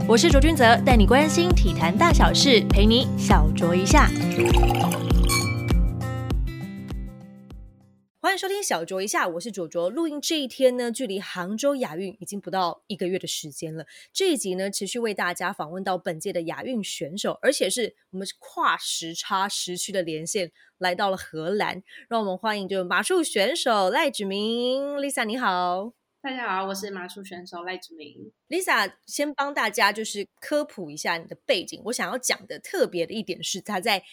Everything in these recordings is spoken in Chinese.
我是卓君泽，带你关心体坛大小事，陪你小酌一下。欢迎收听小酌一下，我是卓卓。录音这一天呢，距离杭州亚运已经不到1个月的时间了。这一集呢，持续为大家访问到本届的亚运选手，而且是我们跨时差时区的连线，来到了荷兰。让我们欢迎马术选手赖芷明 Lisa， 你好。 大家好，我是马术选手赖芷明。 Lisa 先帮大家科普一下你的背景。我想要讲的特别的一点是，她在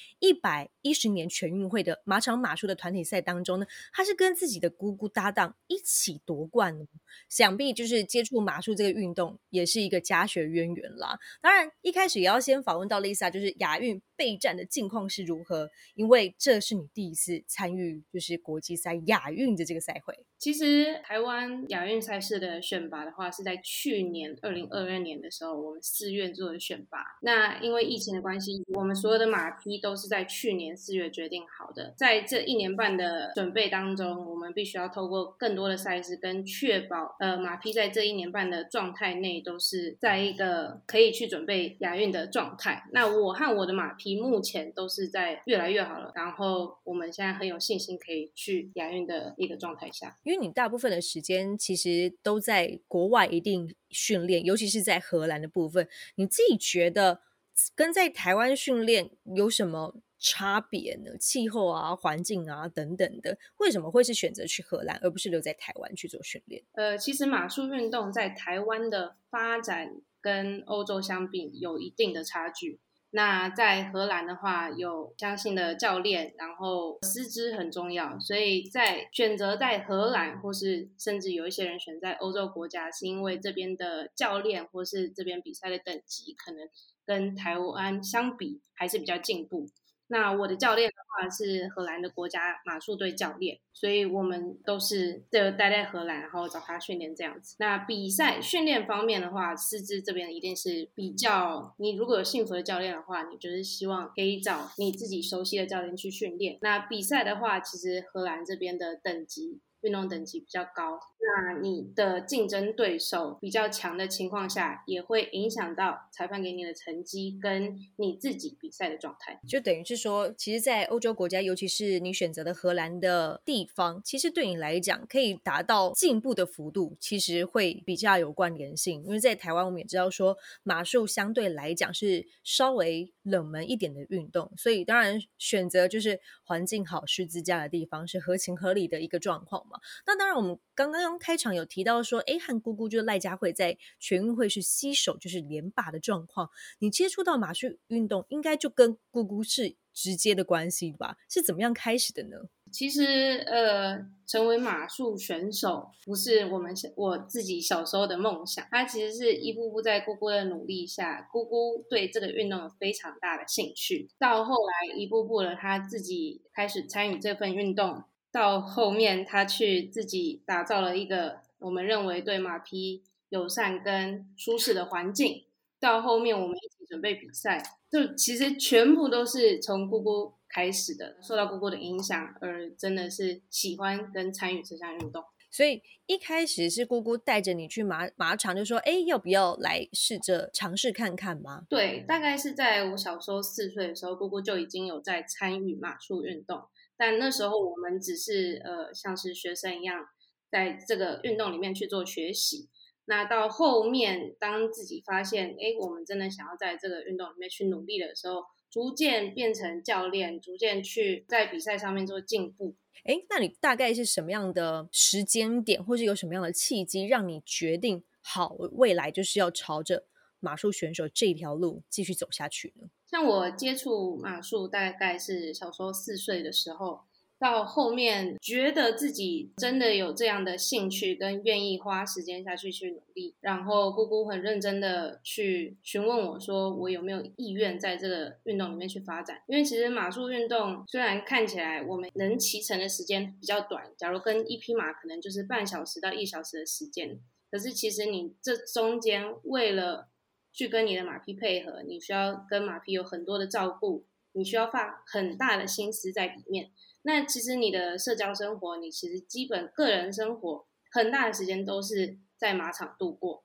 110年全运会的马场马术的团体赛当中呢，她是跟自己的姑姑搭档一起夺冠的。想必接触马术这个运动也是一个家学渊源啦。当然一开始也要先访问到 Lisa， 亚运备战的境况是如何，因为这是你第一次参与国际赛亚运的这个赛会。 其实台湾亚运赛事的选拔的话，是在去年2022年的时候，我们4月做的选拔。那因为疫情的关系，我们所有的马匹都是在去年4月决定好的。在这1年半的准备当中，我们必须要透过更多的赛事，跟确保马匹在这1年半的状态内都是在一个可以去准备亚运的状态。那我和我的马匹目前都是在越来越好了，然后我们现在很有信心可以去亚运的一个状态下。 因为你大部分的时间其实都在国外一定训练，尤其是在荷兰的部分，你自己觉得跟在台湾训练有什么差别呢？气候啊、环境啊等等的，为什么会是选择去荷兰而不是留在台湾去做训练？ 其实马术运动在台湾的发展跟欧洲相比有一定的差距。那在荷兰的话，有相信的教练，然后师资很重要，所以在选择在荷兰，或是甚至有一些人选在欧洲国家，是因为这边的教练或是这边比赛的等级可能跟台湾相比还是比较进步。那我的教练的话是荷兰的国家马术队教练，所以我们都是待在荷兰，然后找他训练这样子。那比赛训练方面的话，师资这边一定是比较，你如果有幸福的教练的话，你就是希望可以找你自己熟悉的教练去训练。那比赛的话，其实荷兰这边的运动等级比较高，那你的竞争对手比较强的情况下，也会影响到裁判给你的成绩跟你自己比赛的状态。 就等于是说，其实在欧洲国家，尤其是你选择的荷兰的地方，其实对你来讲可以达到进步的幅度，其实会比较有关联性。因为在台湾我们也知道说，马术相对来讲是稍微冷门一点的运动，所以当然选择环境好、师资佳的地方是合情合理的一个状况嘛。那当然我们刚刚开场有提到说，和姑姑赖佳慧在全运会是携手连霸的状况，你接触到马术运动应该就跟姑姑是直接的关系吧？是怎么样开始的呢？ 其实成为马术选手不是我自己小时候的梦想，它其实是一步步在姑姑的努力下，姑姑对这个运动有非常大的兴趣，到后来一步步的她自己开始参与这份运动，到后面她去自己打造了一个我们认为对马匹友善跟舒适的环境，到后面我们一起准备比赛，就其实全部都是从姑姑开始的，受到姑姑的影响而真的是喜欢跟参与这项运动。 所以一开始是姑姑带着你去马场，就说要不要来试着尝试看看吗？ 对，大概是在我小时候4岁的时候，姑姑就已经有在参与马术运动，但那时候我们只是像是学生一样在这个运动里面去做学习。那到后面当自己发现我们真的想要在这个运动里面去努力的时候，逐渐变成教练，逐渐去在比赛上面做进步。 那你大概是什么样的时间点，或是有什么样的契机让你决定好未来要朝着马术选手这条路继续走下去呢？ 像我接触马术大概是小时候4岁的时候，到后面觉得自己真的有这样的兴趣跟愿意花时间下去努力，然后姑姑很认真的去询问我说我有没有意愿在这个运动里面去发展。因为其实马术运动虽然看起来我们能骑乘的时间比较短，假如跟一匹马可能就是半小时到1小时的时间，可是其实你这中间为了去跟你的马匹配合，你需要跟马匹有很多的照顾，你需要花很大的心思在里面。那其实你的社交生活，你其实基本个人生活很大的时间都是在马场度过，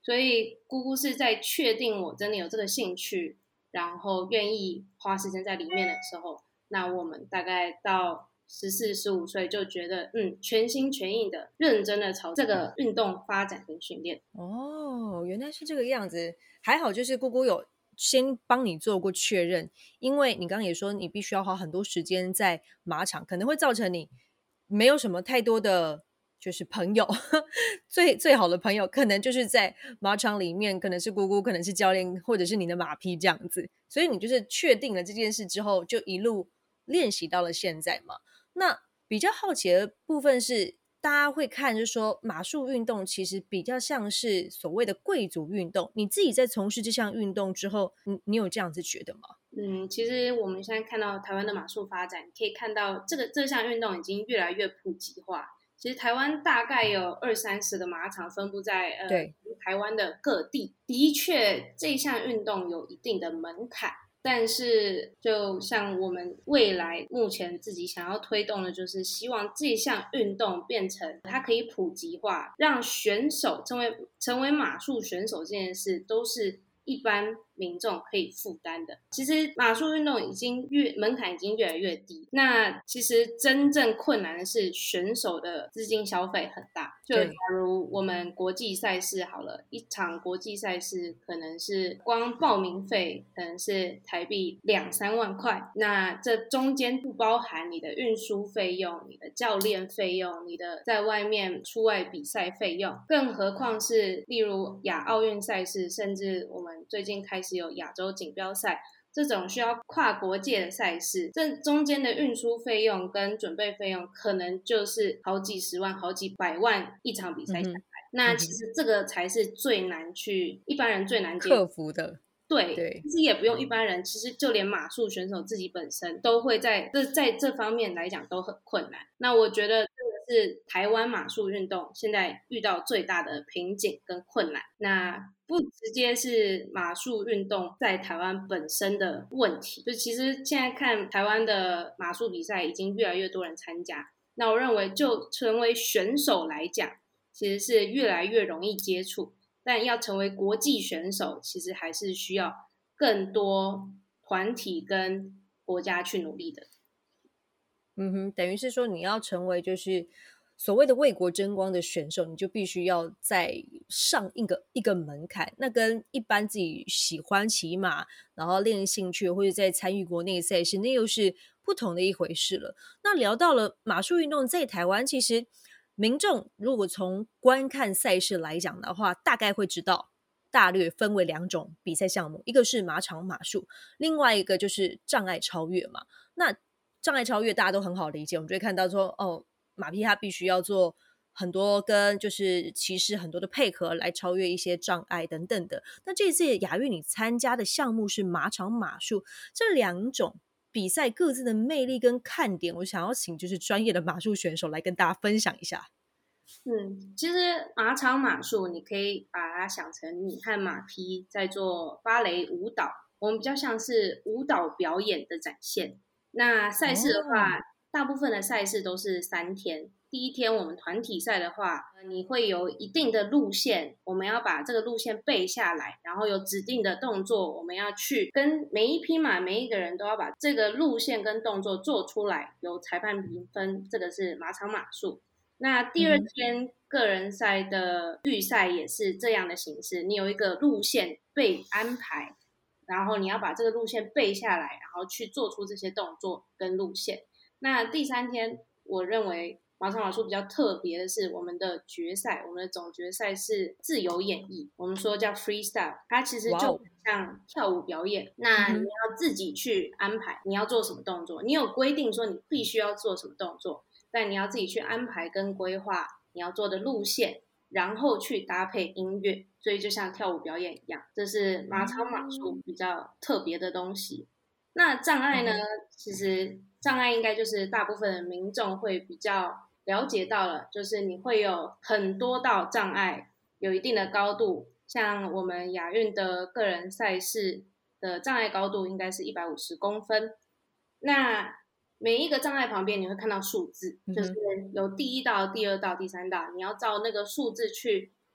所以姑姑是在确定我真的有这个兴趣，然后愿意花时间在里面的时候，那我们大概到14、15岁就觉得全心全意的认真的朝这个运动发展跟训练。 哦，原来是这个样子，还好就是姑姑有先帮你做过确认，因为你刚刚也说你必须要花很多时间在马场，可能会造成你没有什么太多的就是朋友，最好的朋友可能就是在马场里面，可能是姑姑，可能是教练，或者是你的马匹这样子。所以你就是确定了这件事之后，就一路练习到了现在嘛。那比较好奇的部分是，大家会看，就是说马术运动其实比较像是所谓的贵族运动。你自己在从事这项运动之后，你有这样子觉得吗？ 其实我们现在看到台湾的马术发展，可以看到这项运动已经越来越普及化。其实台湾大概有20-30个马场分布在对， 台湾的各地，的确这项运动有一定的门槛。但是就像我们未来目前自己想要推动的，就是希望这项运动变成它可以普及化，让选手成为马术选手这件事都是一般民众可以负担的。其实马术运动门槛已经越来越低，那其实真正困难的是选手的资金消费很大。就假如我们国际赛事好了，一场国际赛事可能是光报名费可能是台币2-3万块，那这中间不包含你的运输费用、你的教练费用、你的在外面出外比赛费用，更何况是例如亚奥运赛事，甚至我们最近开始有亚洲锦标赛这种需要跨国界的赛事，这中间的运输费用跟准备费用可能就是好几十万、好几百万一场比赛下来。那其实这个才是一般人最难克服的。 对，其实也不用一般人，其实就连马术选手自己本身都会在这方面来讲都很困难。那我觉得这个是台湾马术运动现在遇到最大的瓶颈跟困难。那不直接是马术运动在台湾本身的问题，就其实现在看台湾的马术比赛已经越来越多人参加，那我认为就成为选手来讲，其实是越来越容易接触。但要成为国际选手，其实还是需要更多团体跟国家去努力的。 等于是说你要成为就是所谓的为国争光的选手，你就必须要再上一个门槛。那跟一般自己喜欢骑马，然后练兴趣或者在参与国内赛事，那又是不同的一回事了。那聊到了马术运动在台湾，其实民众如果从观看赛事来讲的话，大概会知道大略分为2种比赛项目，一个是马场马术，另外一个就是障碍超越嘛。那障碍超越大家都很好理解，我们就会看到说，马匹它必须要做很多跟就是骑士很多的配合来超越一些障碍等等的。那这次亚运你参加的项目是马场马术，这2种比赛各自的魅力跟看点，我想要请就是专业的马术选手来跟大家分享一下。 其实马场马术你可以把它想成你和马匹在做芭蕾舞蹈，我们比较像是舞蹈表演的展现。那赛事的话，大部分的赛事都是3天。第一天我们团体赛的话，你会有一定的路线，我们要把这个路线背下来，然后有指定的动作，我们要去跟每一匹马每一个人都要把这个路线跟动作做出来，由裁判评分，这个是马场马术。那第2天个人赛的预赛也是这样的形式，你有一个路线被安排，然后你要把这个路线背下来，然后去做出这些动作跟路线。那第3天我认为马场马术比较特别的是我们的决赛，我们的总决赛是自由演绎，我们说叫 freestyle， 它其实就像跳舞表演。那你要自己去安排你要做什么动作，你有规定说你必须要做什么动作，但你要自己去安排跟规划你要做的路线，然后去搭配音乐，所以就像跳舞表演一样，这是马场马术比较特别的东西。那障碍呢，其实障碍应该就是大部分的民众会比较了解到了，就是你会有很多道障碍，有一定的高度，像我们亚运的个人赛事的障碍高度应该是150公分。那每一个障碍旁边你会看到数字，就是有第1道、第2道、第3道，你要照那个数字去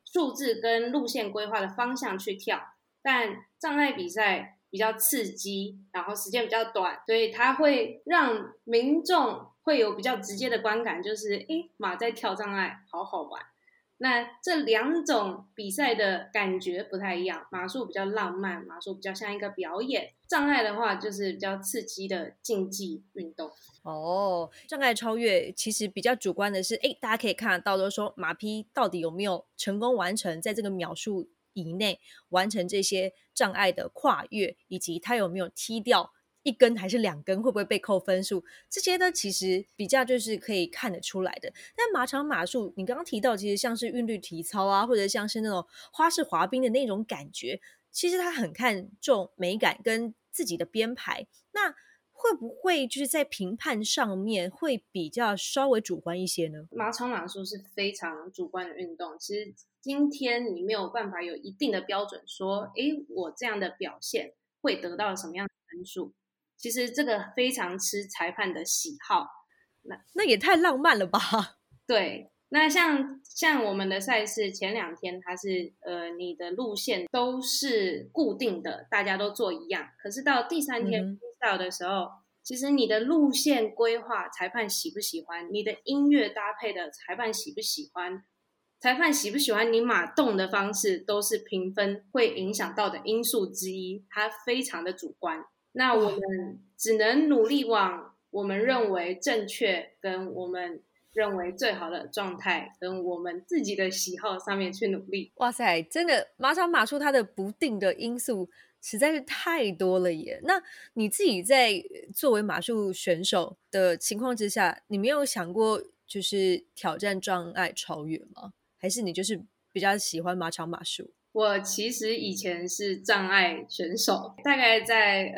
数字跟路线规划的方向去跳，但障碍比赛比较刺激，然后时间比较短，所以它会让民众会有比较直接的观感，就是马在跳障碍，好好玩。那这两种比赛的感觉不太一样，马术比较浪漫，马术比较像一个表演，障碍的话就是比较刺激的竞技运动。 障碍超越其实比较主观的是，大家可以看得到，就是说马匹到底有没有成功完成在这个秒数以内完成这些障碍的跨越，以及它有没有踢掉1根还是2根，会不会被扣分数，这些呢其实比较就是可以看得出来的。但马场马术你刚刚提到，其实像是韵律体操啊，或者像是那种花式滑冰的那种感觉，其实它很看重美感跟自己的编排，那会不会就是在评判上面会比较稍微主观一些呢？ 马场马术是非常主观的运动，其实今天你没有办法有一定的标准说我这样的表现会得到什么样的分数，其实这个非常吃裁判的喜好。 那也太浪漫了吧。 对，那像我们的赛事前2天它是你的路线都是固定的，大家都做一样，可是到第3天freestyle的时候，其实你的路线规划裁判喜不喜欢，你的音乐搭配的裁判喜不喜欢，裁判喜不喜欢你马动的方式，都是评分会影响到的因素之一，它非常的主观。那我们只能努力往我们认为正确跟我们认为最好的状态跟我们自己的喜好上面去努力。 哇塞，真的马场马术它的不定的因素实在是太多了耶。那你自己在作为马术选手的情况之下，你没有想过就是挑战障碍超越吗？还是你就是比较喜欢马场马术？ 我其实以前是障碍选手，大概在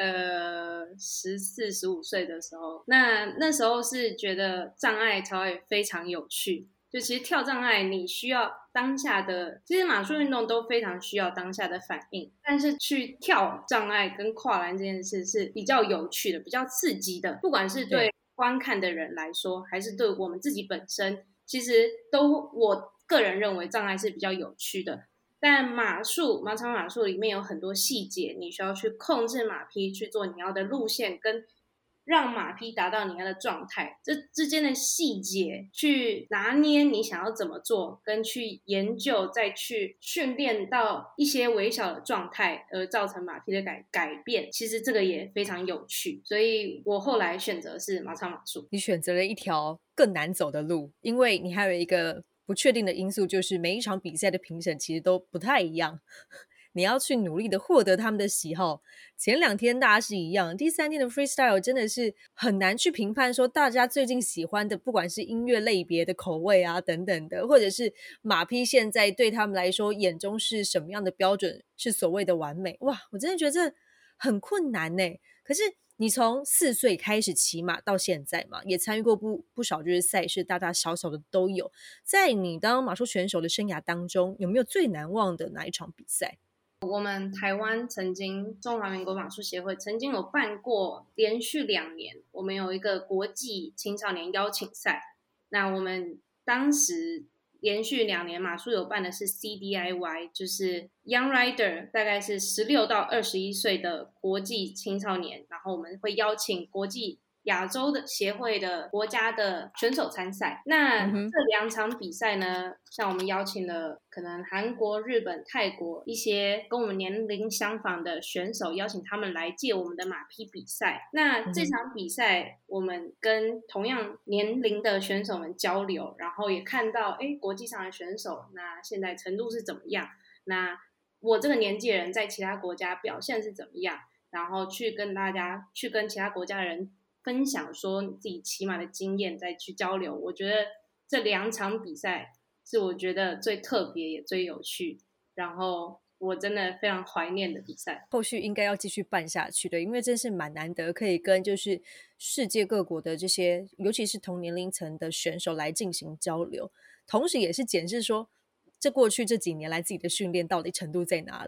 14、15岁的时候，那时候是觉得障碍超越非常有趣。就其实跳障碍，你需要当下的，其实马术运动都非常需要当下的反应，但是去跳障碍跟跨栏这件事是比较有趣的，比较刺激的，不管是对观看的人来说，还是对我们自己本身，其实我个人认为障碍是比较有趣的。但马场马术里面有很多细节，你需要去控制马匹去做你要的路线，跟让马匹达到你要的状态，这之间的细节去拿捏你想要怎么做，跟去研究，再去训练到一些微小的状态，而造成马匹的改变，其实这个也非常有趣，所以我后来选择是马场马术。 你选择了一条更难走的路，因为你还有一个不确定的因素，就是每一场比赛的评审其实都不太一样，你要去努力的获得他们的喜好。前2天大家是一样，第3天的 freestyle 真的是很难去评判说大家最近喜欢的，不管是音乐类别的口味啊等等的，或者是马匹现在对他们来说眼中是什么样的标准是所谓的完美。哇，我真的觉得这很困难耶。可是你从4岁开始骑马到现在嘛，也参与过不少就是赛事，大大小小的都有。在你当马术选手的生涯当中，有没有最难忘的哪一场比赛？ 我们台湾中华民国马术协会曾经有办过连续2年，我们有一个国际青少年邀请赛。那我们当时连续2年马术有办的是 CDIY， 就是 Young Rider， 大概是16到21岁的国际青少年，然后我们会邀请国际亚洲的协会的国家的选手参赛。那这2场比赛呢，像我们邀请了可能韩国、日本、泰国一些跟我们年龄相仿的选手，邀请他们来借我们的马匹比赛。那这场比赛我们跟同样年龄的选手们交流，然后也看到国际上的选手那现在程度是怎么样，那我这个年纪的人在其他国家表现是怎么样，然后去跟其他国家的人分享说自己骑马的经验，再去交流。我觉得这2场比赛是我觉得最特别也最有趣，然后我真的非常怀念的比赛。 后续应该要继续办下去的，因为真是蛮难得可以跟就是世界各国的这些尤其是同年龄层的选手来进行交流，同时也是检视说过去这几年来自己的训练到底程度在哪里，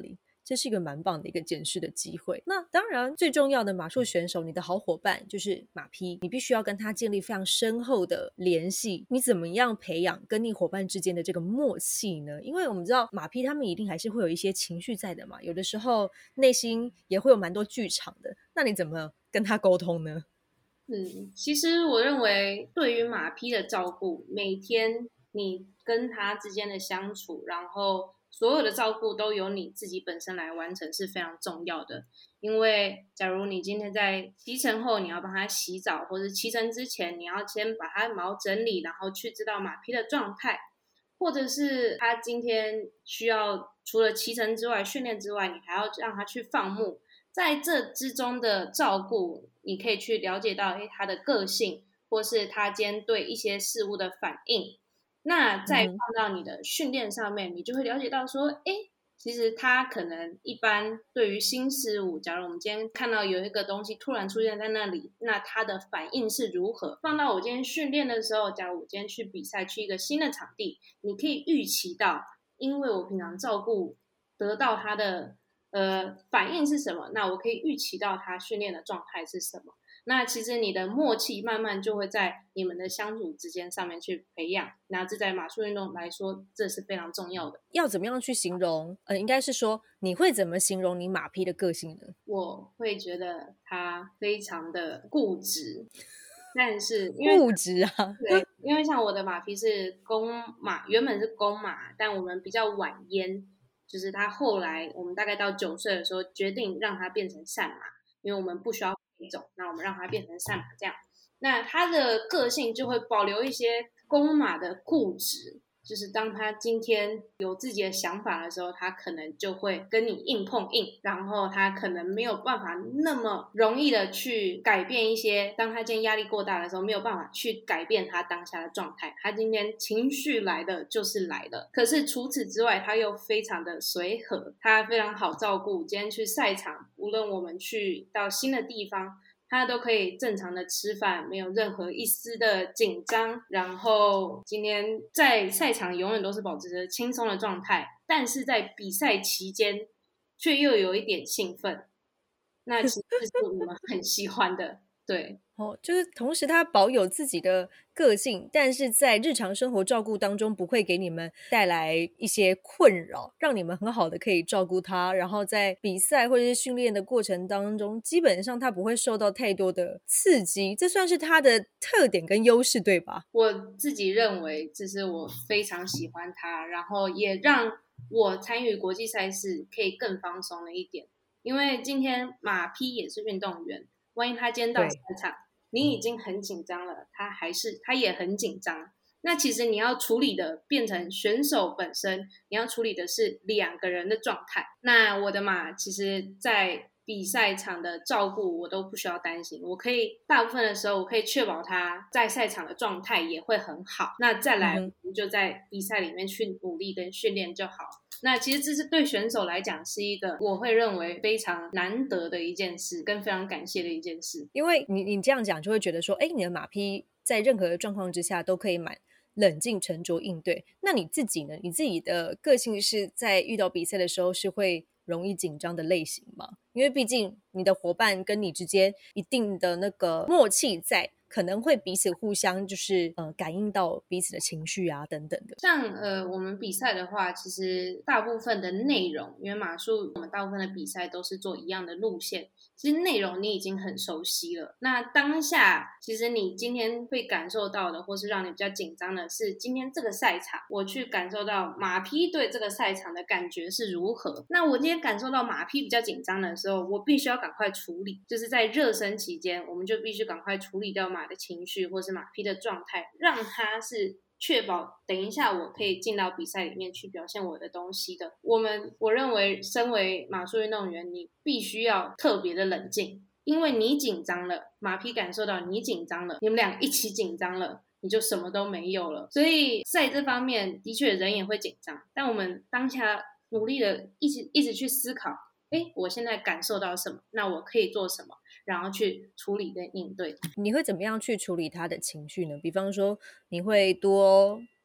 这是一个蛮棒的一个检视的机会。那当然最重要的马术选手，你的好伙伴就是马匹，你必须要跟他建立非常深厚的联系。你怎么样培养跟你伙伴之间的这个默契呢？因为我们知道马匹他们一定还是会有一些情绪在的嘛，有的时候内心也会有蛮多剧场的，那你怎么跟他沟通呢？ 其实我认为对于马匹的照顾，每天你跟它之间的相处，然后所有的照顾都由你自己本身来完成是非常重要的。因为假如你今天在骑乘后，你要帮它洗澡，或者骑乘之前，你要先把它毛整理，然后去知道马匹的状态，或者是它今天需要除了骑乘之外，训练之外，你还要让它去放牧。在这之中的照顾，你可以去了解到，他的个性，或是他今天对一些事物的反应。那再放到你的训练上面，你就会了解到说，其实他可能一般对于新事物，假如我们今天看到有一个东西突然出现在那里，那他的反应是如何？放到我今天训练的时候，假如我今天去比赛，去一个新的场地，你可以预期到，因为我平常照顾得到他的反应是什么，那我可以预期到他训练的状态是什么。那其实你的默契慢慢就会在你们的相处之间上面去培养，那这在马术运动来说，这是非常重要的。 要怎么样去形容？应该是说你会怎么形容你马匹的个性呢？ 我会觉得他非常的固执，但是因为固执啊， 对，因为像我的马匹是公马，原本是公马，但我们比较晚阉，就是他后来我们大概到9岁的时候决定让它变成善马，因为我们不需要配种，那我们让它变成善马这样，那它的个性就会保留一些公马的固执，就是当他今天有自己的想法的时候，他可能就会跟你硬碰硬，然后他可能没有办法那么容易的去改变一些，当他今天压力过大的时候，没有办法去改变他当下的状态，他今天情绪来的就是来了，可是除此之外，他又非常的随和，他非常好照顾，今天去赛场，无论我们去到新的地方，他都可以正常的吃饭，没有任何一丝的紧张，然后今天在赛场永远都是保持着轻松的状态，但是在比赛期间却又有一点兴奋，那其实是我们很喜欢的。对， 就是同时他保有自己的个性，但是在日常生活照顾当中不会给你们带来一些困扰，让你们很好的可以照顾他，然后在比赛或者是训练的过程当中，基本上他不会受到太多的刺激，这算是他的特点跟优势，对吧？ 我自己认为这是我非常喜欢他，然后也让我参与国际赛事可以更放松了一点，因为今天马匹也是运动员，万一他今天到赛场，你已经很紧张了，他也很紧张。那其实你要处理的变成选手本身，你要处理的是2个人的状态。那我的马其实在比赛场的照顾我都不需要担心，我可以大部分的时候我可以确保他在赛场的状态也会很好。那再来我们就在比赛里面去努力跟训练就好。那其实这是对选手来讲是一个我会认为非常难得的一件事，跟非常感谢的一件事。 因为你这样讲就会觉得说，你的马匹在任何的状况之下都可以蛮冷静沉着应对。那你自己呢？你自己的个性是在遇到比赛的时候是会容易紧张的类型吗？因为毕竟你的伙伴跟你之间一定的那个默契在，可能会彼此互相就是感应到彼此的情绪啊等等的。 像我们比赛的话，其实大部分的内容，因为马术我们大部分的比赛都是做一样的路线，其实内容你已经很熟悉了。那当下其实你今天会感受到的，或是让你比较紧张的是，今天这个赛场我去感受到马匹对这个赛场的感觉是如何。那我今天感受到马匹比较紧张的时候，我必须要赶快处理，就是在热身期间，我们就必须赶快处理掉马的情绪或是马匹的状态，让它是确保等一下我可以进到比赛里面去表现我的东西的。我认为身为马术运动员，你必须要特别的冷静，因为你紧张了，马匹感受到你紧张了，你们俩一起紧张了，你就什么都没有了。所以在这方面的确人也会紧张，但我们当下努力的一直去思考，我现在感受到什么，那我可以做什么，然后去处理跟应对。 你会怎么样去处理他的情绪呢？比方说你会多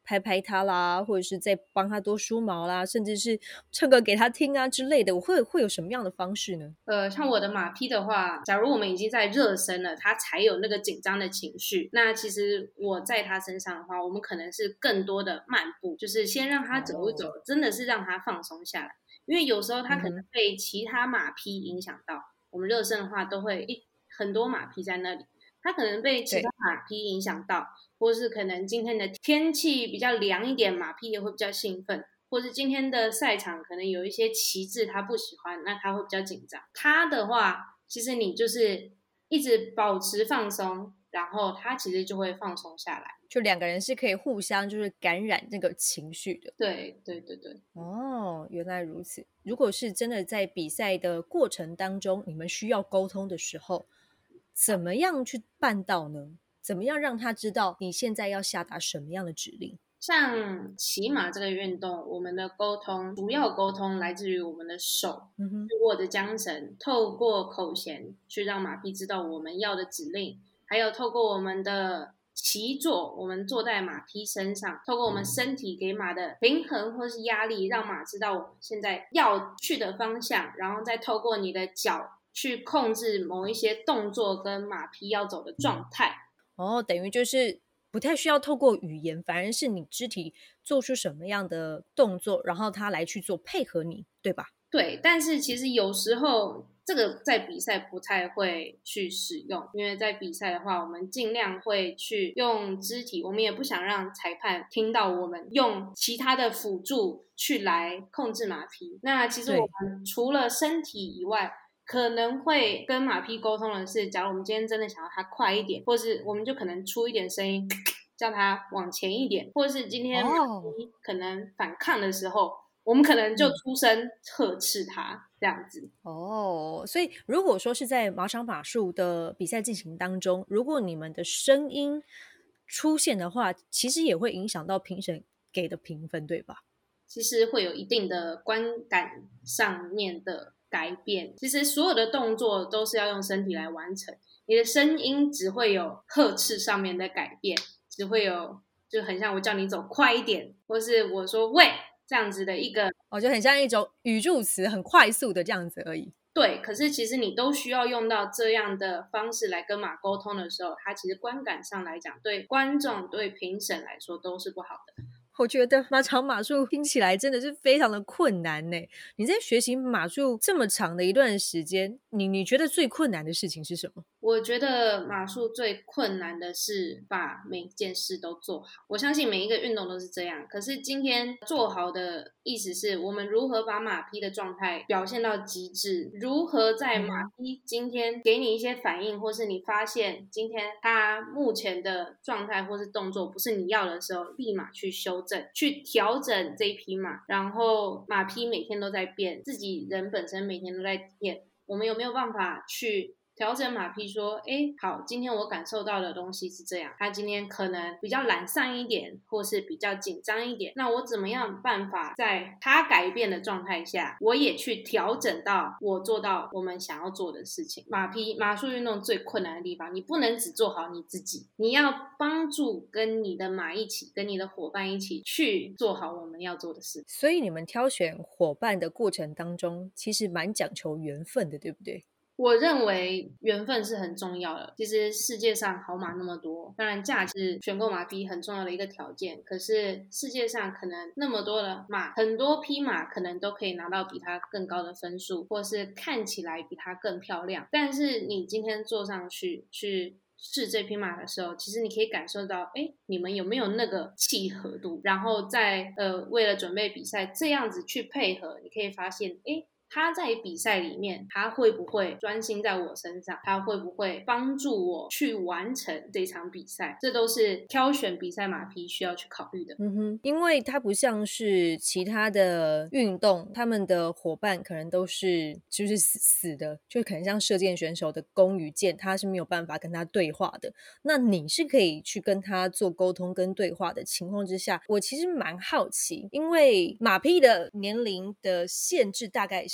拍拍它啦，或者是再帮它多梳毛啦，甚至是唱歌给它听啊之类的，我会有什么样的方式呢？ 像我的马匹的话，假如我们已经在热身了，它才有那个紧张的情绪。那其实我在它身上的话，我们可能是更多的漫步，就是先让它走一走，真的是让它放松下来。因为有时候它可能被其他马匹影响到，我们热身的话都会很多马匹在那里，它可能被其他马匹影响到，或是可能今天的天气比较凉一点，马匹也会比较兴奋。或是今天的赛场可能有一些旗帜他不喜欢，那他会比较紧张。他的话，其实你就是一直保持放松，然后他其实就会放松下来。 就两个人是可以互相就是感染那个情绪的。 对对对对。 哦，原来如此。如果是真的在比赛的过程当中，你们需要沟通的时候，怎么样去办到呢？怎么样让他知道你现在要下达什么样的指令？ 像骑马这个运动，我们的沟通主要沟通来自于我们的手，握着缰绳，透过口弦去让马匹知道我们要的指令，还有透过我们的骑坐，我们坐在马匹身上，透过我们身体给马的平衡或是压力，让马知道我们现在要去的方向，然后再透过你的脚去控制某一些动作跟马匹要走的状态。 哦，等于就是不太需要透过语言，反而是你肢体做出什么样的动作，然后他来去做配合你，对吧？ 对，但是其实有时候这个在比赛不太会去使用，因为在比赛的话，我们尽量会去用肢体，我们也不想让裁判听到我们用其他的辅助去来控制马匹。那其实我们除了身体以外，可能会跟马匹沟通的是，假如我们今天真的想要它快一点，或是我们就可能出一点声音，叫它往前一点，或是今天马匹可能反抗的时候，我们可能就出声呵斥它，这样子。 哦，所以如果说是在马场马术的比赛进行当中，如果你们的声音出现的话，其实也会影响到评审给的评分，对吧？ 其实会有一定的观感上面的改变。其实所有的动作都是要用身体来完成，你的声音只会有呵斥上面的改变，只会有就很像我叫你走快一点，或是我说喂这样子的一个， 就很像一种语助词，很快速的这样子而已。 对，可是其实你都需要用到这样的方式来跟马沟通的时候，它其实观感上来讲，对观众、对评审来说都是不好的。 我觉得马场马术听起来真的是非常的困难呢。你在学习马术这么长的一段时间，你觉得最困难的事情是什么？ 我觉得马术最困难的是把每件事都做好。我相信每一个运动都是这样，可是今天做好的意思是我们如何把马匹的状态表现到极致，如何在马匹今天给你一些反应，或是你发现今天它目前的状态或是动作不是你要的时候，立马去修正，去调整这一匹马。然后马匹每天都在变，自己人本身每天都在变，我们有没有办法去调整马匹说，好，今天我感受到的东西是这样，他今天可能比较懒散一点，或是比较紧张一点，那我怎么样办法在他改变的状态下，我也去调整到我做到我们想要做的事情。马术运动最困难的地方，你不能只做好你自己，你要帮助跟你的马一起，跟你的伙伴一起去做好我们要做的事。 所以你们挑选伙伴的过程当中，其实蛮讲求缘分的，对不对？ 我认为缘分是很重要的。其实世界上好马那么多，当然价值选购马匹很重要的一个条件，可是世界上可能那么多的马，很多匹马可能都可以拿到比它更高的分数，或是看起来比它更漂亮，但是你今天坐上去试这匹马的时候，其实你可以感受到，你们有没有那个契合度，然后在为了准备比赛这样子去配合，你可以发现，他在比赛里面，他会不会专心在我身上？他会不会帮助我去完成这场比赛？这都是挑选比赛马匹需要去考虑的。 因为它不像是其他的运动，他们的伙伴可能都是就是死的，就可能像射箭选手的弓与箭，他是没有办法跟他对话的。那你是可以去跟他做沟通跟对话的情况之下，我其实蛮好奇，因为马匹的年龄的限制大概是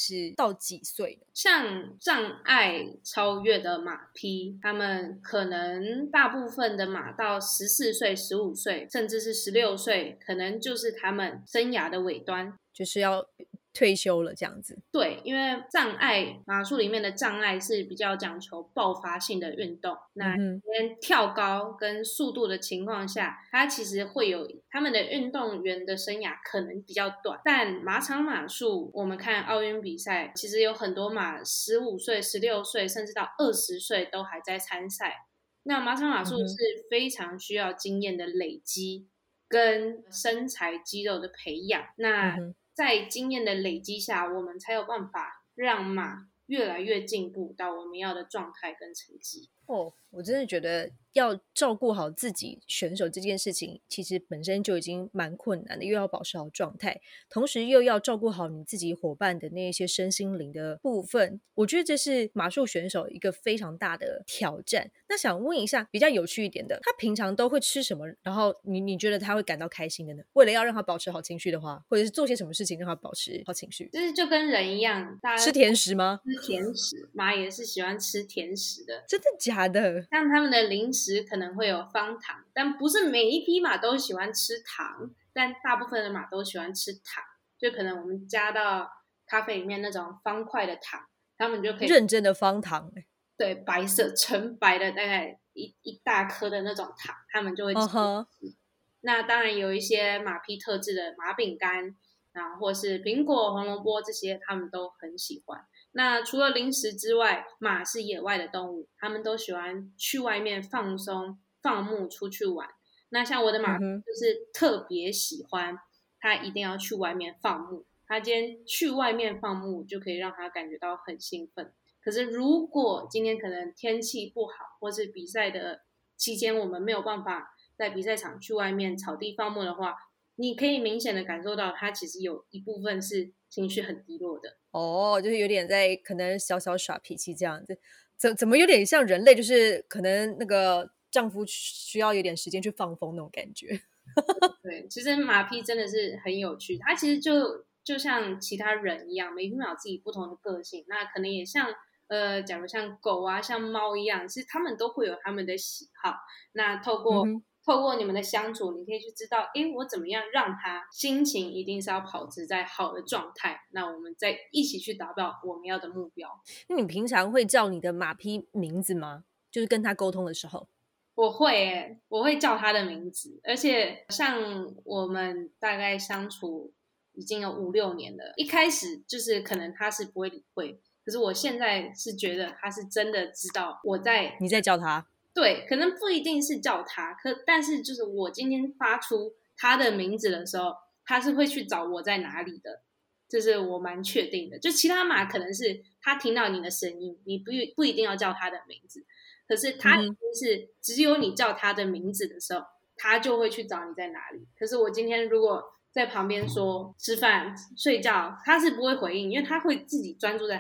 是到几岁呢？ 像障碍超越的马匹，他们可能大部分的马到14岁、15岁，甚至是16岁，可能就是他们生涯的尾端， 就是要退休了这样子。 对，因为障碍马术里面的障碍是比较讲求爆发性的运动，那跳高跟速度的情况下，它其实会有他们的运动员的生涯可能比较短。但马场马术，我们看奥运比赛，其实有很多马15岁、16岁，甚至到20岁都还在参赛。那马场马术是非常需要经验的累积跟身材肌肉的培养。那在经验的累积下，我们才有办法让马越来越进步到我们要的状态跟成绩。 我真的觉得要照顾好自己选手这件事情，其实本身就已经蛮困难的，又要保持好状态，同时又要照顾好你自己伙伴的那些身心灵的部分。我觉得这是马术选手一个非常大的挑战。那想问一下，比较有趣一点的，他平常都会吃什么？然后你觉得他会感到开心的呢？为了要让他保持好情绪的话，或者是做些什么事情让他保持好情绪？ 就跟人一样，大家吃甜食吗？ 吃甜食，马也是喜欢吃甜食的。 真的假的？ 像他们的零食可能会有方糖，但不是每一匹马都喜欢吃糖，但大部分的马都喜欢吃糖。就可能我们加到咖啡里面那种方块的糖，他们就可以认真的方糖。 对，白色纯白的大概一大颗的那种糖，他们就会吃。那当然有一些马匹特制的马饼干啊，或是苹果、红萝卜这些，他们都很喜欢。那除了零食之外，马是野外的动物，他们都喜欢去外面放松、放牧出去玩。那像我的马就是特别喜欢，他一定要去外面放牧。他今天去外面放牧，就可以让他感觉到很兴奋。可是如果今天可能天气不好，或是比赛的期间我们没有办法在比赛场去外面草地放牧的话，你可以明显的感受到他其实有一部分是情绪很低落的。 就是有点在可能小小耍脾气这样子。怎么有点像人类，就是可能那个丈夫需要有点时间去放风那种感觉。 对，其实马匹真的是很有趣，它其实就像其他人一样，每匹马有自己不同的个性。那可能也像假如像狗啊、像猫一样，其实他们都会有他们的喜好。那透过你们的相处，你可以去知道，我怎么样让他心情一定是要保持在好的状态。那我们再一起去达到我们要的目标。 那你平常会叫你的马匹名字吗？就是跟他沟通的时候。 我会叫他的名字，而且像我们大概相处已经有5-6年了，一开始就是可能他是不会理会，可是我现在是觉得他是真的知道你在叫他。 对，可能不一定是叫他，但是就是我今天发出他的名字的时候，他是会去找我在哪里的，这是我蛮确定的。就其他马可能是他听到你的声音，你不一定要叫他的名字，可是他一定是只有你叫他的名字的时候，他就会去找你在哪里。可是我今天如果在旁边说吃饭、睡觉，他是不会回应，因为他会自己专注在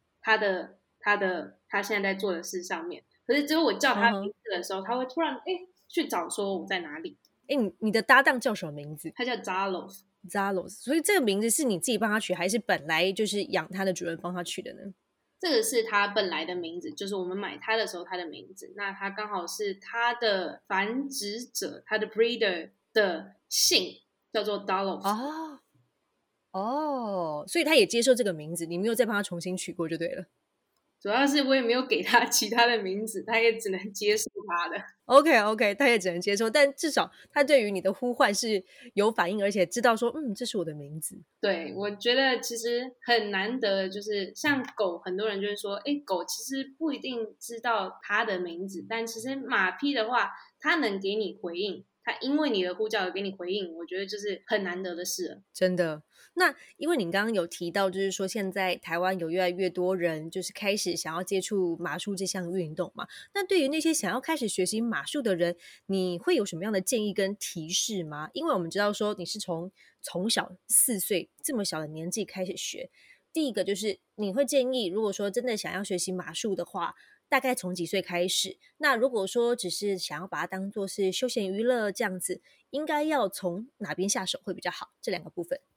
他现在在做的事上面。可是只有我叫他名字的时候，他会突然去找说我在哪里。 你的搭档叫什么名字？ 他叫 Zalos。 所以这个名字是你自己帮他取，还是本来就是养他的主人帮他取的呢？ 这个是他本来的名字，就是我们买他的时候他的名字。那他刚好是他的繁殖者，他的 breeder 的姓叫做 Zalos。 所以他也接受这个名字，你没有再帮他重新取过就对了。 主要是我也没有给他其他的名字，他也只能接受他的。 OK， 他也只能接受，但至少他对于你的呼唤是有反应，而且知道说，这是我的名字。 对，我觉得其实很难得，就是像狗，很多人就会说，狗其实不一定知道它的名字，但其实马匹的话，它能给你回应，它因为你的呼叫而给你回应，我觉得就是很难得的事了。 真的。那因为你刚刚有提到，就是说现在台湾有越来越多人就是开始想要接触马术这项运动嘛，那对于那些想要开始学习马术的人，你会有什么样的建议跟提示吗？因为我们知道说你是从小4岁这么小的年纪开始学，第一个就是你会建议，如果说真的想要学习马术的话，大概从几岁开始？那如果说只是想要把它当作是休闲娱乐这样子，应该要从哪边下手会比较好？这2个部分。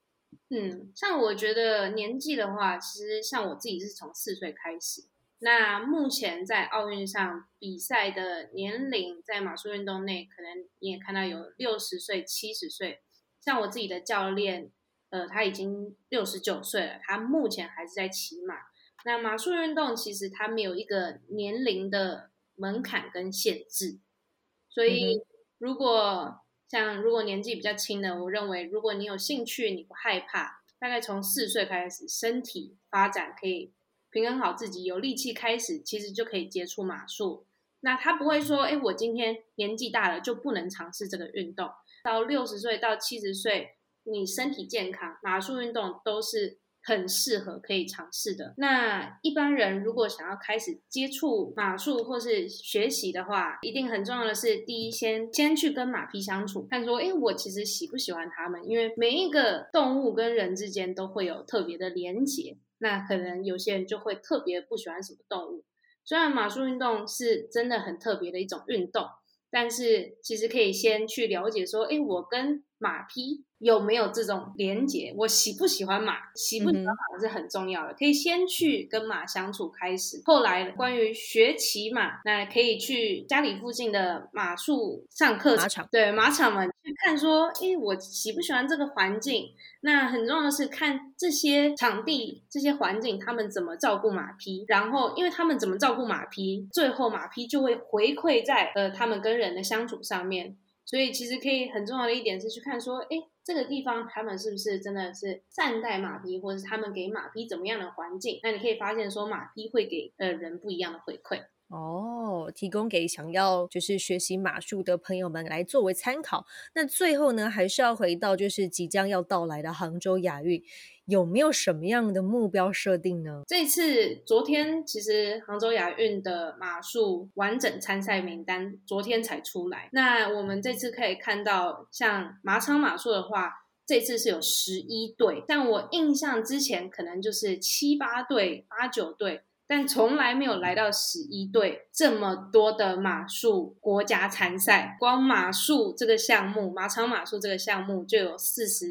像我觉得年纪的话，其实像我自己是从4岁开始。那目前在奥运上比赛的年龄，在马术运动内，可能你也看到有60岁、70岁。像我自己的教练，他已经69岁了，他目前还是在骑马。那马术运动其实它没有一个年龄的门槛跟限制，所以如果年纪比较轻的，我认为如果你有兴趣，你不害怕，大概从4岁开始，身体发展可以平衡好自己，有力气开始，其实就可以接触马术。那他不会说，我今天年纪大了就不能尝试这个运动。到60岁到70岁，你身体健康，马术运动都是很适合可以尝试的。那一般人如果想要开始接触马术或是学习的话，一定很重要的是，第一先去跟马匹相处，看说我其实喜不喜欢它们，因为每一个动物跟人之间都会有特别的连结，那可能有些人就会特别不喜欢什么动物。虽然马术运动是真的很特别的一种运动，但是其实可以先去了解说，我跟马匹有没有这种连结，我喜不喜欢马，喜不喜欢马是很重要的，可以先去跟马相处开始。后来关于学骑马，那可以去家里附近的马术上课程，对，马场们去看说，我喜不喜欢这个环境。那很重要的是看这些场地、这些环境，他们怎么照顾马匹，然后因为他们怎么照顾马匹，最后马匹就会回馈在他们跟人的相处上面。所以其实可以很重要的一点是去看说，这个地方他们是不是真的是善待马匹，或者是他们给马匹怎么样的环境，那你可以发现说马匹会给人不一样的回馈。 提供给想要就是学习马术的朋友们来作为参考。那最后呢，还是要回到就是即将要到来的杭州亚运，有没有什么样的目标设定呢？ 这次昨天其实杭州亚运的马术完整参赛名单昨天才出来。那我们这次可以看到，像马场马术的话，这次是有11队，但我印象之前可能就是7、8队、8、9队。但从来没有来到11队这么多的马术国家参赛，光马术这个项目，马场马术这个项目就有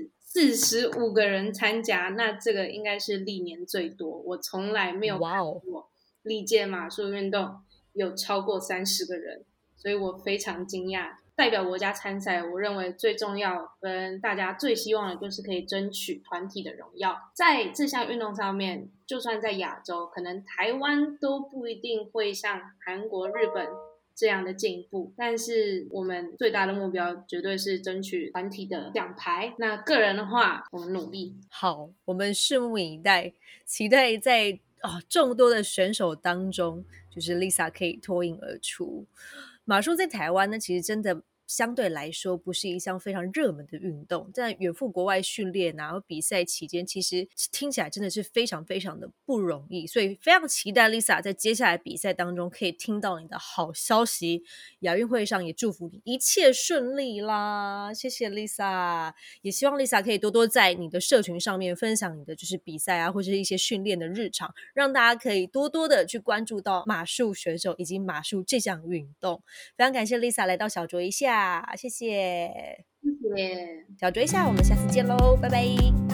45个人参加，那这个应该是历年最多，我从来没有看过历届马术运动有超过30个人，所以我非常惊讶。代表国家参赛，我认为最重要跟大家最希望的就是可以争取团体的荣耀。在这项运动上面，就算在亚洲，可能台湾都不一定会像韩国、日本这样的进步，但是我们最大的目标绝对是争取团体的奖牌。那个人的话，我们努力。 好，我们拭目以待，期待在众多的选手当中，就是 Lisa 可以脱颖而出。马术在台湾呢，其实真的相对来说不是一项非常热门的运动，在远赴国外训练啊比赛期间，其实听起来真的是非常非常的不容易，所以非常期待 Lisa 在接下来比赛当中可以听到你的好消息。亚运会上也祝福你一切顺利啦，谢谢 Lisa， 也希望 Lisa 可以多多在你的社群上面分享你的就是比赛啊或者是一些训练的日常，让大家可以多多的去关注到马术选手以及马术这项运动。非常感谢 Lisa 来到小酌一下，谢谢， 谢谢小酌一下，我们下次见喽，拜拜。